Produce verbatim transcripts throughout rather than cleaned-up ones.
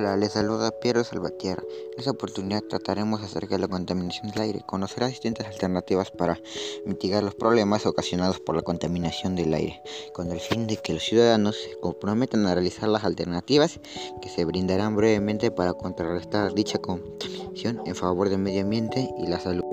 Hola, les saluda Piero Salvatierra. En esta oportunidad trataremos acerca de la contaminación del aire. Conocerá distintas alternativas para mitigar los problemas ocasionados por la contaminación del aire, con el fin de que los ciudadanos se comprometan a realizar las alternativas que se brindarán brevemente para contrarrestar dicha contaminación en favor del medio ambiente y la salud.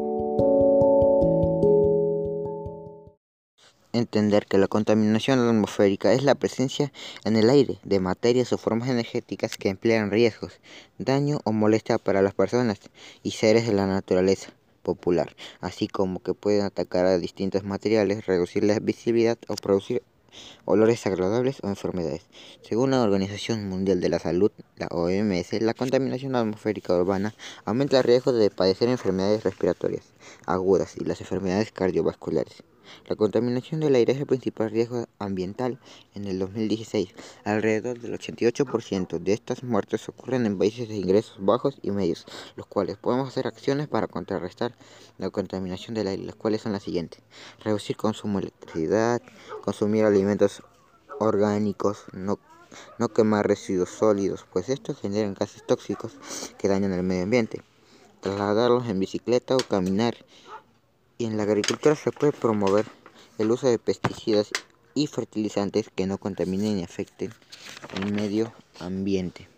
Entender que la contaminación atmosférica es la presencia en el aire de materias o formas energéticas que emplean riesgos, daño o molestia para las personas y seres de la naturaleza popular, así como que pueden atacar a distintos materiales, reducir la visibilidad o producir olores agradables o enfermedades. Según la Organización Mundial de la Salud, la O M S, la contaminación atmosférica urbana aumenta el riesgo de padecer enfermedades respiratorias agudas y las enfermedades cardiovasculares. La contaminación del aire es el principal riesgo ambiental en el dos mil dieciséis. Alrededor del ochenta y ocho por ciento de estas muertes ocurren en países de ingresos bajos y medios, los cuales podemos hacer acciones para contrarrestar la contaminación del aire, las cuales son las siguientes: reducir consumo de electricidad, consumir alimentos orgánicos, no, no quemar residuos sólidos, pues estos generan gases tóxicos que dañan el medio ambiente, trasladarlos en bicicleta o caminar. Y en la agricultura se puede promover el uso de pesticidas y fertilizantes que no contaminen y afecten el medio ambiente.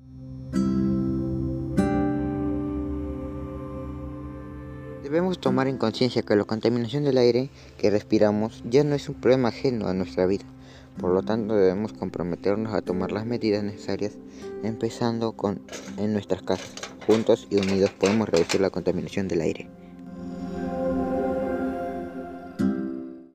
Debemos tomar en conciencia que la contaminación del aire que respiramos ya no es un problema ajeno a nuestra vida. Por lo tanto, debemos comprometernos a tomar las medidas necesarias, empezando con en nuestras casas. Juntos y unidos podemos reducir la contaminación del aire.